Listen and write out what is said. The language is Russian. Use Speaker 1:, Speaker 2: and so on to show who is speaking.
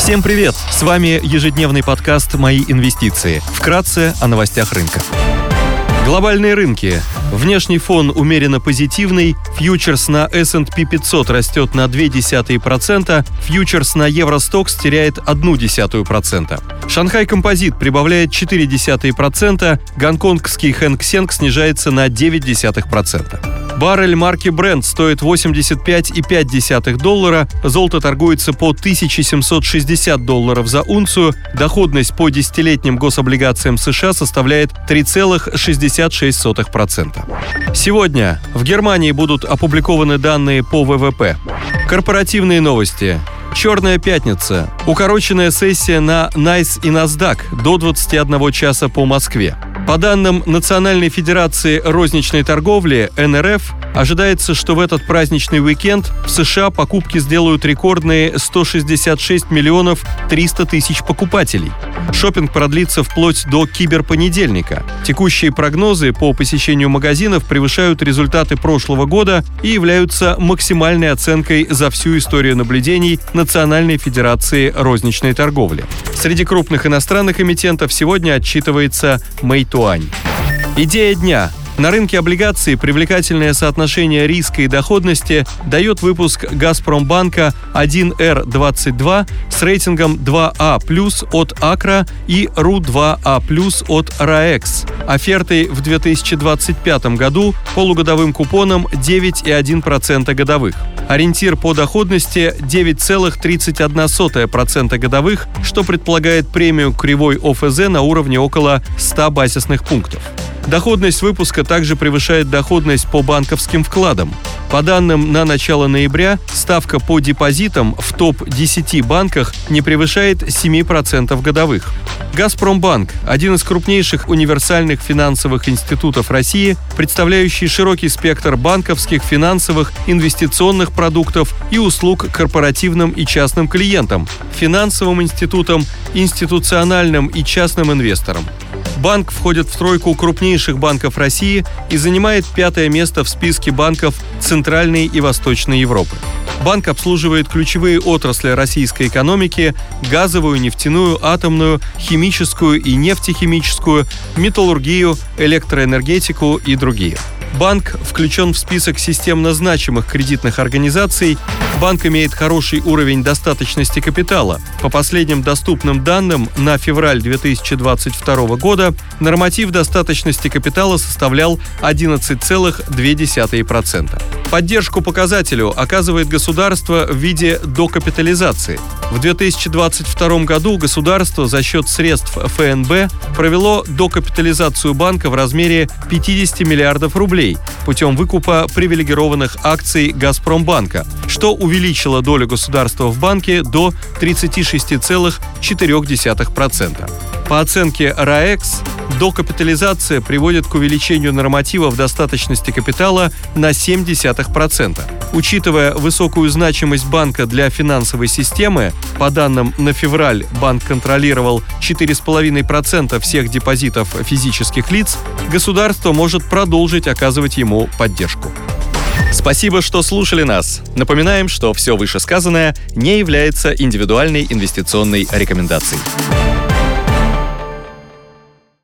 Speaker 1: Всем привет! С вами ежедневный подкаст «Мои инвестиции». Вкратце о новостях рынка. Глобальные рынки. Внешний фон умеренно позитивный. Фьючерс на S&P 500 растет на 0,2%. Фьючерс на Евростокс теряет 0,1%. Шанхай Композит прибавляет 0,4%. Гонконгский Хэнк Сенг снижается на 0,9%. Баррель марки Brent стоит $85,5. Золото торгуется по $1760 за унцию. Доходность по десятилетним гособлигациям США составляет 3,66%. Сегодня в Германии будут опубликованы данные по ВВП. Корпоративные новости. Черная пятница. Укороченная сессия на NYSE и NASDAQ до 21 часа по Москве. По данным Национальной федерации розничной торговли НРФ, ожидается, что в этот праздничный уикенд в США покупки сделают рекордные 166 миллионов 300 тысяч покупателей. Шопинг продлится вплоть до киберпонедельника. Текущие прогнозы по посещению магазинов превышают результаты прошлого года и являются максимальной оценкой за всю историю наблюдений Национальной федерации розничной торговли. Среди крупных иностранных эмитентов сегодня отчитывается Meituan. Идея дня. На рынке облигаций привлекательное соотношение риска и доходности дает выпуск Газпромбанка 1Р22 с рейтингом 2А+ от Акра и РУ-2А+ от РАЭКС, офертой в 2025 году полугодовым купоном 9,1% годовых. Ориентир по доходности 9,31% годовых, что предполагает премию кривой ОФЗ на уровне около 100 базисных пунктов. Доходность выпуска также превышает доходность по банковским вкладам. По данным на начало ноября, ставка по депозитам в топ-10 банках не превышает 7% годовых. Газпромбанк – один из крупнейших универсальных финансовых институтов России, представляющий широкий спектр банковских, финансовых, инвестиционных продуктов и услуг корпоративным и частным клиентам, финансовым институтам, институциональным и частным инвесторам. Банк входит в тройку крупнейших банков России и занимает 5-е место в списке банков Центральной и Восточной Европы. Банк обслуживает ключевые отрасли российской экономики – газовую, нефтяную, атомную, химическую и нефтехимическую, металлургию, электроэнергетику и другие. Банк включен в список системно значимых кредитных организаций. Банк имеет хороший уровень достаточности капитала. По последним доступным данным, на февраль 2022 года норматив достаточности капитала составлял 11,2%. Поддержку показателю оказывает государство в виде докапитализации. В 2022 году государство за счет средств ФНБ провело докапитализацию банка в размере 50 миллиардов рублей путем выкупа привилегированных акций Газпромбанка, что увеличило долю государства в банке до 36,4%. По оценке РАЭКС, докапитализация приводит к увеличению норматива в достаточности капитала на 0,7%. Учитывая высокую значимость банка для финансовой системы, по данным на февраль банк контролировал 4,5% всех депозитов физических лиц, государство может продолжить оказывать ему поддержку. Спасибо, что слушали нас. Напоминаем, что все вышесказанное не является индивидуальной инвестиционной рекомендацией.